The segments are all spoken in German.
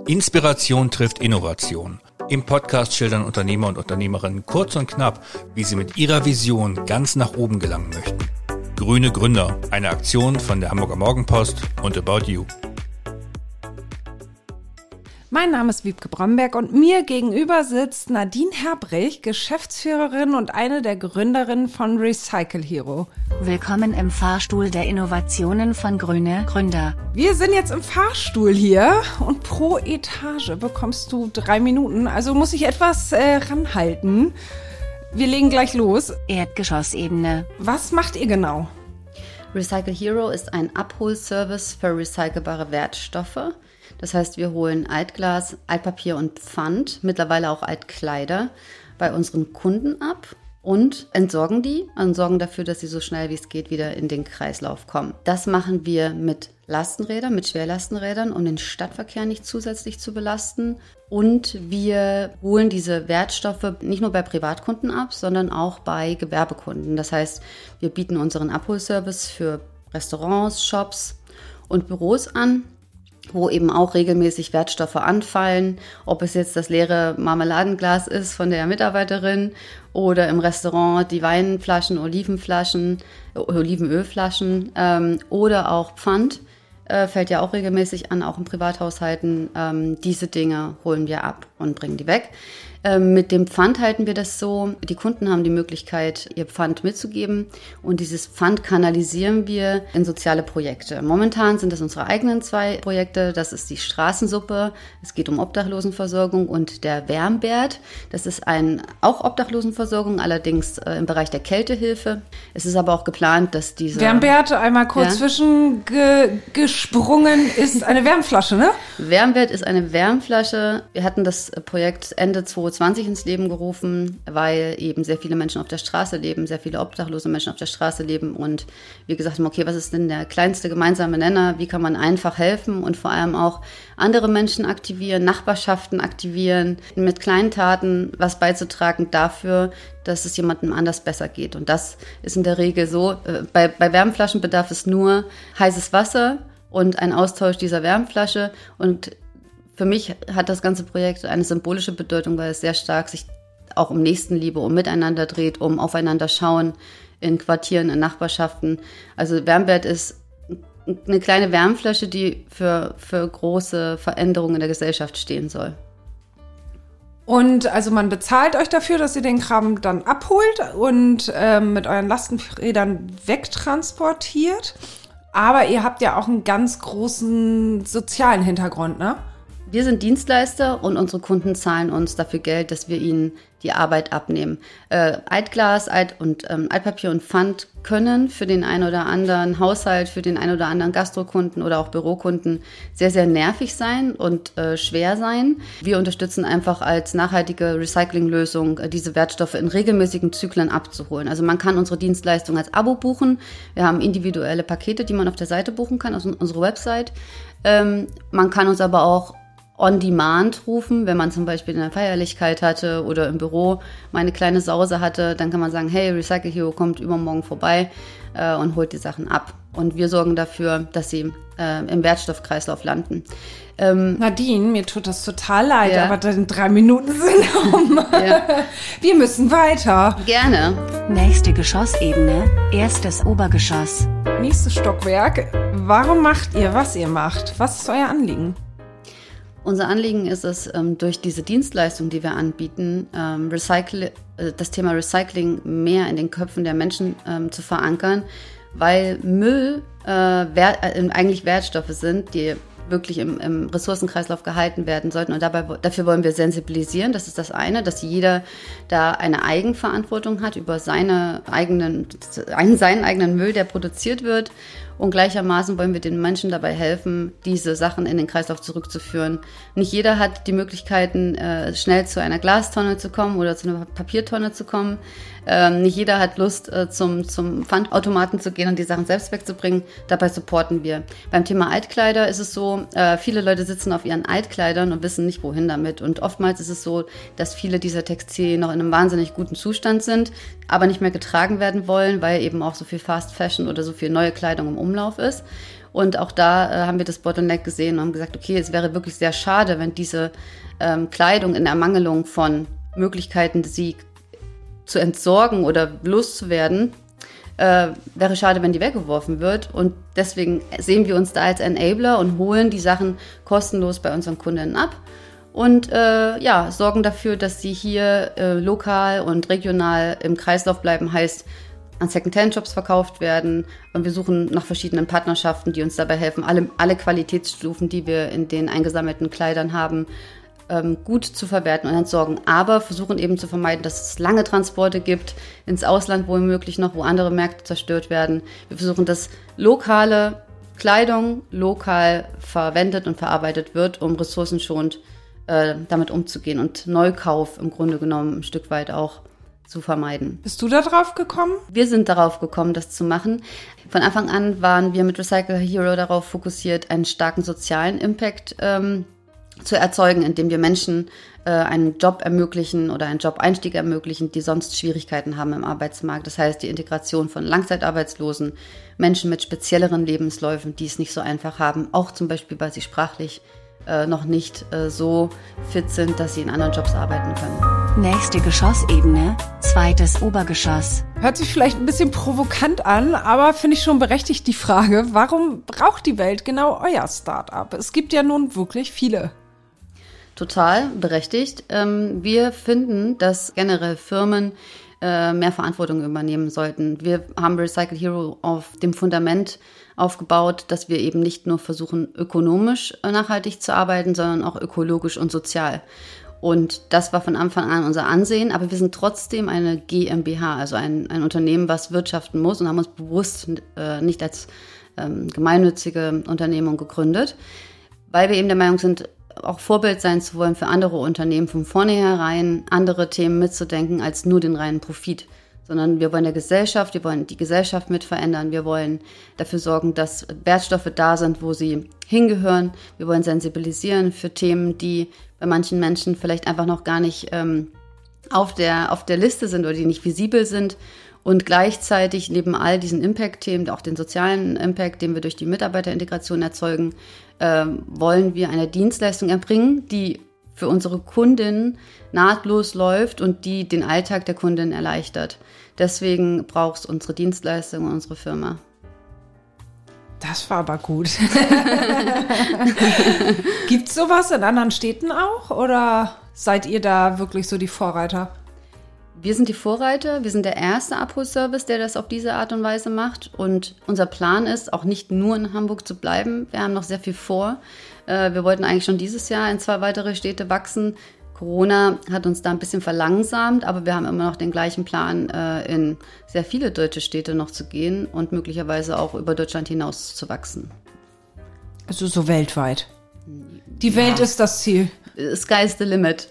Inspiration trifft Innovation. Im Podcast schildern Unternehmer und Unternehmerinnen kurz und knapp, wie sie mit ihrer Vision ganz nach oben gelangen möchten. Grüne Gründer, eine Aktion von der Hamburger Morgenpost und About You. Mein Name ist Wiebke Bromberg und mir gegenüber sitzt Nadine Herbrich, Geschäftsführerin und eine der Gründerinnen von Recycle Hero. Willkommen im Fahrstuhl der Innovationen von Grüne Gründer. Wir sind jetzt im Fahrstuhl hier und pro Etage bekommst du 3 Minuten, also muss ich etwas ranhalten. Wir legen gleich los. Erdgeschossebene. Was macht ihr genau? Recycle Hero ist ein Abholservice für recycelbare Wertstoffe. Das heißt, wir holen Altglas, Altpapier und Pfand, mittlerweile auch Altkleider, bei unseren Kunden ab und entsorgen die und sorgen dafür, dass sie so schnell wie es geht wieder in den Kreislauf kommen. Das machen wir mit Lastenrädern, mit Schwerlastenrädern, um den Stadtverkehr nicht zusätzlich zu belasten. Und wir holen diese Wertstoffe nicht nur bei Privatkunden ab, sondern auch bei Gewerbekunden. Das heißt, wir bieten unseren Abholservice für Restaurants, Shops und Büros an, wo eben auch regelmäßig Wertstoffe anfallen, ob es jetzt das leere Marmeladenglas ist von der Mitarbeiterin oder im Restaurant die Weinflaschen, Olivenölflaschen oder auch Pfand, fällt ja auch regelmäßig an, auch in Privathaushalten. Diese Dinge holen wir ab und bringen die weg. Mit dem Pfand halten wir das so, die Kunden haben die Möglichkeit, ihr Pfand mitzugeben und dieses Pfand kanalisieren wir in soziale Projekte. Momentan sind das unsere eigenen 2 Projekte, das ist die Straßensuppe, es geht um Obdachlosenversorgung und der Wärmbert, das ist auch Obdachlosenversorgung, allerdings im Bereich der Kältehilfe. Es ist aber auch geplant, dass diese... Wärmbert, einmal kurz zwischengesprungen, ist eine Wärmflasche, ne? Wärmbert ist eine Wärmflasche. Wir hatten das Projekt Ende 2020 ins Leben gerufen, weil eben sehr viele Menschen auf der Straße leben, sehr viele obdachlose Menschen auf der Straße leben und wir gesagt haben, okay, was ist denn der kleinste gemeinsame Nenner? Wie kann man einfach helfen und vor allem auch andere Menschen aktivieren, Nachbarschaften aktivieren, mit kleinen Taten was beizutragen dafür, dass es jemandem anders besser geht. Und das ist in der Regel so. Bei Wärmflaschen bedarf es nur heißes Wasser und ein Austausch dieser Wärmflasche und für mich hat das ganze Projekt eine symbolische Bedeutung, weil es sehr stark sich auch um Nächstenliebe, um Miteinander dreht, um aufeinander schauen in Quartieren, in Nachbarschaften. Also Wärmbert ist eine kleine Wärmflasche, die für große Veränderungen in der Gesellschaft stehen soll. Und also man bezahlt euch dafür, dass ihr den Kram dann abholt und mit euren Lastenrädern wegtransportiert. Aber ihr habt ja auch einen ganz großen sozialen Hintergrund, ne? Wir sind Dienstleister und unsere Kunden zahlen uns dafür Geld, dass wir ihnen die Arbeit abnehmen. Altglas, Altpapier und Pfand können für den einen oder anderen Haushalt, für den einen oder anderen Gastrokunden oder auch Bürokunden sehr, sehr nervig sein und schwer sein. Wir unterstützen einfach als nachhaltige Recyclinglösung, diese Wertstoffe in regelmäßigen Zyklen abzuholen. Also man kann unsere Dienstleistung als Abo buchen. Wir haben individuelle Pakete, die man auf der Seite buchen kann, also unsere Website. Man kann uns aber auch on demand rufen, wenn man zum Beispiel eine Feierlichkeit hatte oder im Büro mal eine kleine Sause hatte, dann kann man sagen, hey, Recycle Hero kommt übermorgen vorbei und holt die Sachen ab. Und wir sorgen dafür, dass sie im Wertstoffkreislauf landen. Nadine, mir tut das total leid, aber deine 3 Minuten sind um. Ja. Wir müssen weiter. Gerne. Nächste Geschossebene, erstes Obergeschoss. Nächstes Stockwerk. Warum macht ihr, was ihr macht? Was ist euer Anliegen? Unser Anliegen ist es, durch diese Dienstleistung, die wir anbieten, das Thema Recycling mehr in den Köpfen der Menschen zu verankern, weil Müll eigentlich Wertstoffe sind, die wirklich im Ressourcenkreislauf gehalten werden sollten. Und dafür wollen wir sensibilisieren. Das ist das eine, dass jeder da eine Eigenverantwortung hat über seinen eigenen Müll, der produziert wird. Und gleichermaßen wollen wir den Menschen dabei helfen, diese Sachen in den Kreislauf zurückzuführen. Nicht jeder hat die Möglichkeiten, schnell zu einer Glastonne zu kommen oder zu einer Papiertonne zu kommen. Nicht jeder hat Lust, zum Pfandautomaten zu gehen und die Sachen selbst wegzubringen. Dabei supporten wir. Beim Thema Altkleider ist es so, viele Leute sitzen auf ihren Altkleidern und wissen nicht, wohin damit. Und oftmals ist es so, dass viele dieser Textilien noch in einem wahnsinnig guten Zustand sind, aber nicht mehr getragen werden wollen, weil eben auch so viel Fast Fashion oder so viel neue Kleidung im Umlauf ist. Und auch da haben wir das Bottleneck gesehen und haben gesagt, okay, es wäre wirklich sehr schade, wenn diese Kleidung in Ermangelung von Möglichkeiten, sie zu entsorgen oder loszuwerden, wäre schade, wenn die weggeworfen wird. Und deswegen sehen wir uns da als Enabler und holen die Sachen kostenlos bei unseren Kundinnen ab und sorgen dafür, dass sie hier lokal und regional im Kreislauf bleiben, heißt an Second-Hand-Shops verkauft werden. Und wir suchen nach verschiedenen Partnerschaften, die uns dabei helfen, alle Qualitätsstufen, die wir in den eingesammelten Kleidern haben, gut zu verwerten und entsorgen. Aber versuchen eben zu vermeiden, dass es lange Transporte gibt, ins Ausland womöglich noch, wo andere Märkte zerstört werden. Wir versuchen, dass lokale Kleidung lokal verwendet und verarbeitet wird, um ressourcenschonend damit umzugehen und Neukauf im Grunde genommen ein Stück weit auch zu vermeiden. Bist du da drauf gekommen? Wir sind darauf gekommen, das zu machen. Von Anfang an waren wir mit Recycle Hero darauf fokussiert, einen starken sozialen Impact zu erzeugen, indem wir Menschen einen Job ermöglichen oder einen Job-Einstieg ermöglichen, die sonst Schwierigkeiten haben im Arbeitsmarkt. Das heißt, die Integration von Langzeitarbeitslosen, Menschen mit spezielleren Lebensläufen, die es nicht so einfach haben, auch zum Beispiel, weil sie sprachlich noch nicht so fit sind, dass sie in anderen Jobs arbeiten können. Nächste Geschossebene, zweites Obergeschoss. Hört sich vielleicht ein bisschen provokant an, aber finde ich schon berechtigt die Frage, warum braucht die Welt genau euer Start-up? Es gibt ja nun wirklich viele. Total berechtigt. Wir finden, dass generell Firmen mehr Verantwortung übernehmen sollten. Wir haben Recycle Hero auf dem Fundament aufgebaut, dass wir eben nicht nur versuchen, ökonomisch nachhaltig zu arbeiten, sondern auch ökologisch und sozial. Und das war von Anfang an unser Ansehen, aber wir sind trotzdem eine GmbH, also ein Unternehmen, was wirtschaften muss, und haben uns bewusst nicht als gemeinnützige Unternehmung gegründet, weil wir eben der Meinung sind, auch Vorbild sein zu wollen für andere Unternehmen, von vornherein andere Themen mitzudenken als nur den reinen Profit. Sondern wir wollen wir wollen die Gesellschaft mit verändern, wir wollen dafür sorgen, dass Wertstoffe da sind, wo sie hingehören. Wir wollen sensibilisieren für Themen, die bei manchen Menschen vielleicht einfach noch gar nicht auf der Liste sind oder die nicht visibel sind. Und gleichzeitig neben all diesen Impact-Themen, auch den sozialen Impact, den wir durch die Mitarbeiterintegration erzeugen, wollen wir eine Dienstleistung erbringen, die für unsere Kundinnen nahtlos läuft und die den Alltag der Kundin erleichtert. Deswegen braucht es unsere Dienstleistung und unsere Firma. Das war aber gut. Gibt es sowas in anderen Städten auch oder seid ihr da wirklich so die Vorreiter? Wir sind die Vorreiter, wir sind der erste Abholservice, der das auf diese Art und Weise macht. Und unser Plan ist, auch nicht nur in Hamburg zu bleiben. Wir haben noch sehr viel vor. Wir wollten eigentlich schon dieses Jahr in 2 weitere Städte wachsen. Corona hat uns da ein bisschen verlangsamt, aber wir haben immer noch den gleichen Plan, in sehr viele deutsche Städte noch zu gehen und möglicherweise auch über Deutschland hinaus zu wachsen. Also so weltweit. Die Welt ist das Ziel. Sky's the limit.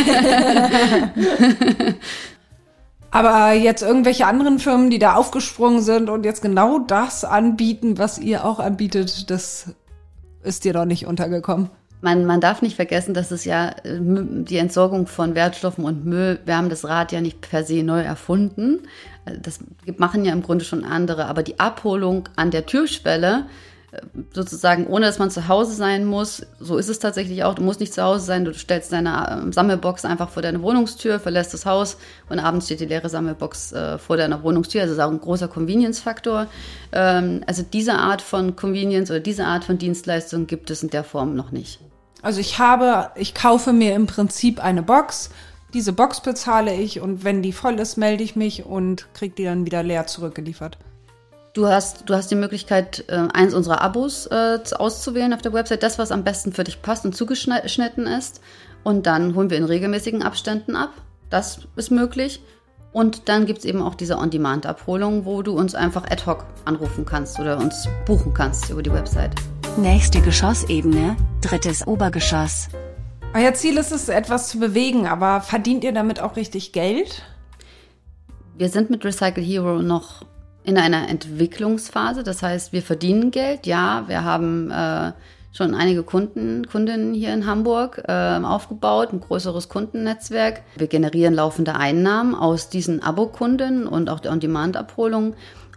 Aber jetzt irgendwelche anderen Firmen, die da aufgesprungen sind und jetzt genau das anbieten, was ihr auch anbietet, das ist dir doch nicht untergekommen. Man darf nicht vergessen, dass es ja die Entsorgung von Wertstoffen und Müll, wir haben das Rad ja nicht per se neu erfunden. Das machen ja im Grunde schon andere. Aber die Abholung an der Türschwelle, sozusagen, ohne dass man zu Hause sein muss, so ist es tatsächlich auch. Du musst nicht zu Hause sein, du stellst deine Sammelbox einfach vor deine Wohnungstür, verlässt das Haus und abends steht die leere Sammelbox vor deiner Wohnungstür. Also das ist auch ein großer Convenience-Faktor. Also diese Art von Convenience oder diese Art von Dienstleistung gibt es in der Form noch nicht. Also ich kaufe mir im Prinzip eine Box, diese Box bezahle ich und wenn die voll ist, melde ich mich und kriege die dann wieder leer zurückgeliefert. Du hast die Möglichkeit, eins unserer Abos auszuwählen auf der Website, das, was am besten für dich passt und zugeschnitten ist. Und dann holen wir in regelmäßigen Abständen ab. Das ist möglich. Und dann gibt es eben auch diese On-Demand-Abholung, wo du uns einfach ad hoc anrufen kannst oder uns buchen kannst über die Website. Nächste Geschossebene, drittes Obergeschoss. Euer Ziel ist es, etwas zu bewegen, aber verdient ihr damit auch richtig Geld? Wir sind mit Recycle Hero noch in einer Entwicklungsphase. Das heißt, wir verdienen Geld. Ja, wir haben schon einige Kundinnen hier in Hamburg aufgebaut, ein größeres Kundennetzwerk. Wir generieren laufende Einnahmen aus diesen Abo-Kunden und auch der On-Demand-Abholung.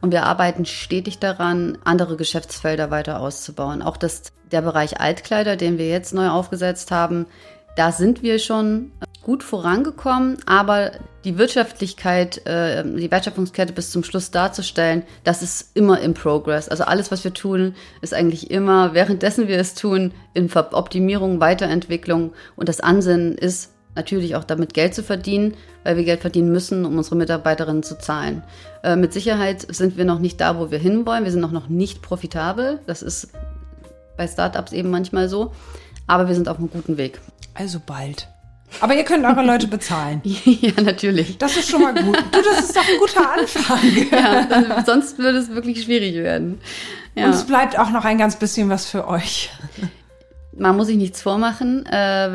Und wir arbeiten stetig daran, andere Geschäftsfelder weiter auszubauen. Auch der Bereich Altkleider, den wir jetzt neu aufgesetzt haben, da sind wir schon gut vorangekommen, aber die Wirtschaftlichkeit, die Wertschöpfungskette bis zum Schluss darzustellen, das ist immer im Progress. Also alles, was wir tun, ist eigentlich immer, währenddessen wir es tun, in Optimierung, Weiterentwicklung. Und das Ansinnen ist natürlich auch damit Geld zu verdienen, weil wir Geld verdienen müssen, um unsere Mitarbeiterinnen zu zahlen. Mit Sicherheit sind wir noch nicht da, wo wir hinwollen. Wir sind noch nicht profitabel. Das ist bei Startups eben manchmal so. Aber wir sind auf einem guten Weg. Also bald. Aber ihr könnt eure Leute bezahlen. Ja, natürlich. Das ist schon mal gut. Du, das ist doch ein guter Anfang. Ja, sonst würde es wirklich schwierig werden. Ja. Und es bleibt auch noch ein ganz bisschen was für euch. Man muss sich nichts vormachen,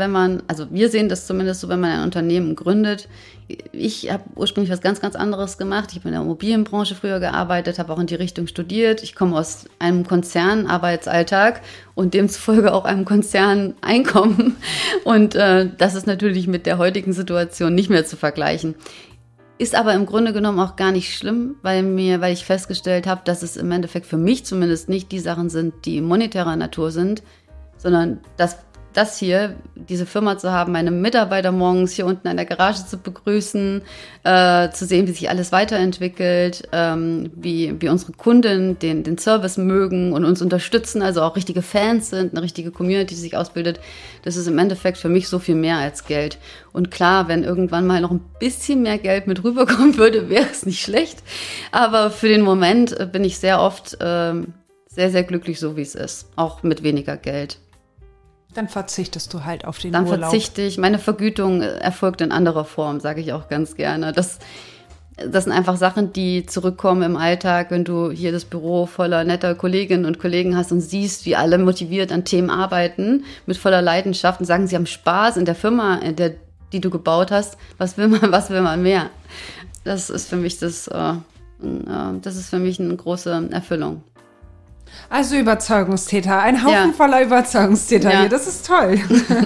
wir sehen das zumindest so, wenn man ein Unternehmen gründet. Ich habe ursprünglich was ganz, ganz anderes gemacht. Ich habe in der Immobilienbranche früher gearbeitet, habe auch in die Richtung studiert. Ich komme aus einem Konzernarbeitsalltag und demzufolge auch einem Konzerneinkommen. Und das ist natürlich mit der heutigen Situation nicht mehr zu vergleichen. Ist aber im Grunde genommen auch gar nicht schlimm, weil ich festgestellt habe, dass es im Endeffekt für mich zumindest nicht die Sachen sind, die monetärer Natur sind, sondern das hier, diese Firma zu haben, meine Mitarbeiter morgens hier unten in der Garage zu begrüßen, zu sehen, wie sich alles weiterentwickelt, wie unsere Kunden den Service mögen und uns unterstützen, also auch richtige Fans sind, eine richtige Community, die sich ausbildet. Das ist im Endeffekt für mich so viel mehr als Geld. Und klar, wenn irgendwann mal noch ein bisschen mehr Geld mit rüberkommen würde, wäre es nicht schlecht. Aber für den Moment bin ich sehr oft sehr, sehr glücklich, so wie es ist, auch mit weniger Geld. Dann verzichtest du halt auf den Urlaub. Dann verzichte ich. Meine Vergütung erfolgt in anderer Form, sage ich auch ganz gerne. Das sind einfach Sachen, die zurückkommen im Alltag, wenn du hier das Büro voller netter Kolleginnen und Kollegen hast und siehst, wie alle motiviert an Themen arbeiten, mit voller Leidenschaft und sagen, sie haben Spaß in der Firma, die du gebaut hast. Was will man mehr? Das ist für mich eine große Erfüllung. Also Überzeugungstäter, ein Haufen voller Überzeugungstäter hier, das ist toll.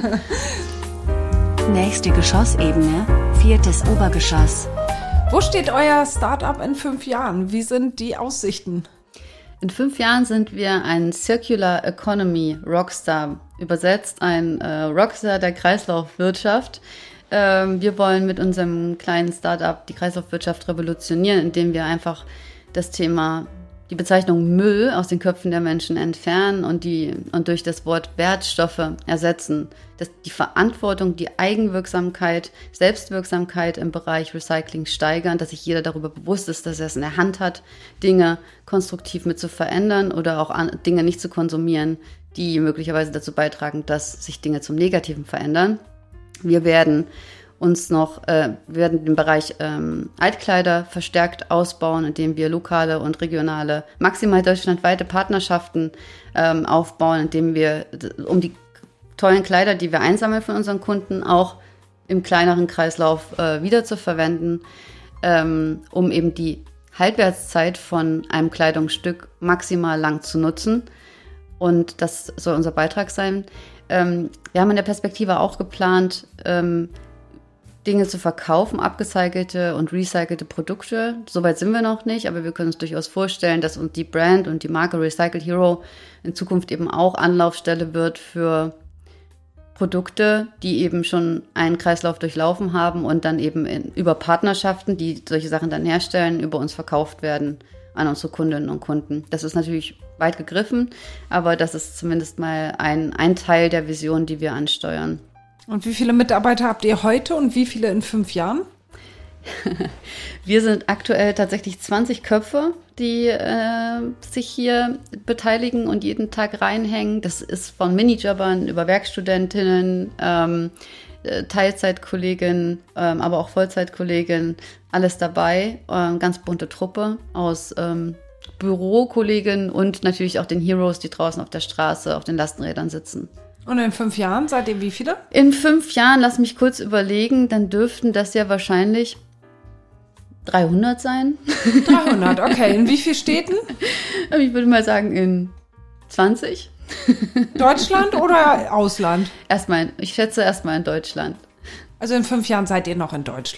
Nächste Geschossebene, 4. Obergeschoss. Wo steht euer Startup in 5 Jahren? Wie sind die Aussichten? In 5 Jahren sind wir ein Circular Economy Rockstar, übersetzt ein Rockstar der Kreislaufwirtschaft. Wir wollen mit unserem kleinen Startup die Kreislaufwirtschaft revolutionieren, indem wir einfach die Bezeichnung Müll aus den Köpfen der Menschen entfernen und durch das Wort Wertstoffe ersetzen. Die Verantwortung, die Eigenwirksamkeit, Selbstwirksamkeit im Bereich Recycling steigern, dass sich jeder darüber bewusst ist, dass er es in der Hand hat, Dinge konstruktiv mit zu verändern oder auch Dinge nicht zu konsumieren, die möglicherweise dazu beitragen, dass sich Dinge zum Negativen verändern. Wir werden den Bereich Altkleider verstärkt ausbauen, indem wir lokale und regionale, maximal deutschlandweite Partnerschaften aufbauen, indem wir um die tollen Kleider, die wir einsammeln von unseren Kunden, auch im kleineren Kreislauf wieder zu verwenden, um eben die Halbwertszeit von einem Kleidungsstück maximal lang zu nutzen. Und das soll unser Beitrag sein. Wir haben in der Perspektive auch geplant, Dinge zu verkaufen, abgecycelte und recycelte Produkte. Soweit sind wir noch nicht, aber wir können uns durchaus vorstellen, dass uns die Brand und die Marke Recycled Hero in Zukunft eben auch Anlaufstelle wird für Produkte, die eben schon einen Kreislauf durchlaufen haben und dann eben über Partnerschaften, die solche Sachen dann herstellen, über uns verkauft werden an unsere Kundinnen und Kunden. Das ist natürlich weit gegriffen, aber das ist zumindest mal ein Teil der Vision, die wir ansteuern. Und wie viele Mitarbeiter habt ihr heute und wie viele in 5 Jahren? Wir sind aktuell tatsächlich 20 Köpfe, die sich hier beteiligen und jeden Tag reinhängen. Das ist von Minijobbern über Werkstudentinnen, Teilzeitkolleginnen, aber auch Vollzeitkolleginnen, alles dabei. Ganz bunte Truppe aus Bürokolleginnen und natürlich auch den Heroes, die draußen auf der Straße auf den Lastenrädern sitzen. Und in 5 Jahren seid ihr wie viele? In 5 Jahren, lass mich kurz überlegen, dann dürften das ja wahrscheinlich 300 sein. 300, okay. In wie vielen Städten? Ich würde mal sagen in 20. Deutschland oder Ausland? Ich schätze erstmal in Deutschland. Also in 5 Jahren seid ihr noch in Deutschland?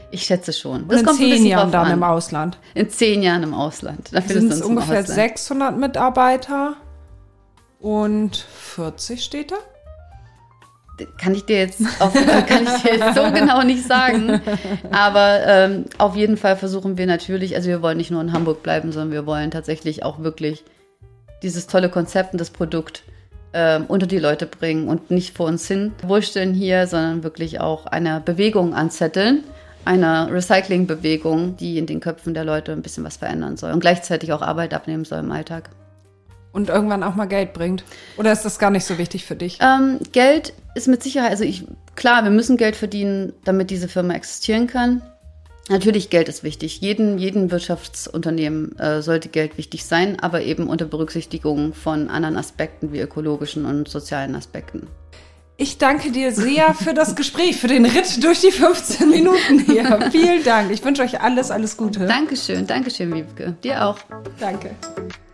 Ich schätze schon. Und in 10 Jahren dann im Ausland. In 10 Jahren im Ausland. Da sind es ungefähr 600 Mitarbeiter und 40 Städte? Kann ich dir jetzt so genau nicht sagen. Aber auf jeden Fall versuchen wir natürlich, also wir wollen nicht nur in Hamburg bleiben, sondern wir wollen tatsächlich auch wirklich dieses tolle Konzept und das Produkt unter die Leute bringen und nicht vor uns hin wursteln hier, sondern wirklich auch eine Bewegung anzetteln. Eine Recycling-Bewegung, die in den Köpfen der Leute ein bisschen was verändern soll und gleichzeitig auch Arbeit abnehmen soll im Alltag. Und irgendwann auch mal Geld bringt? Oder ist das gar nicht so wichtig für dich? Geld ist mit Sicherheit, also klar, wir müssen Geld verdienen, damit diese Firma existieren kann. Natürlich, Geld ist wichtig. Jedem Wirtschaftsunternehmen sollte Geld wichtig sein, aber eben unter Berücksichtigung von anderen Aspekten wie ökologischen und sozialen Aspekten. Ich danke dir sehr für das Gespräch, für den Ritt durch die 15 Minuten hier. Vielen Dank. Ich wünsche euch alles Gute. Dankeschön, Wiebke. Dir auch. Danke.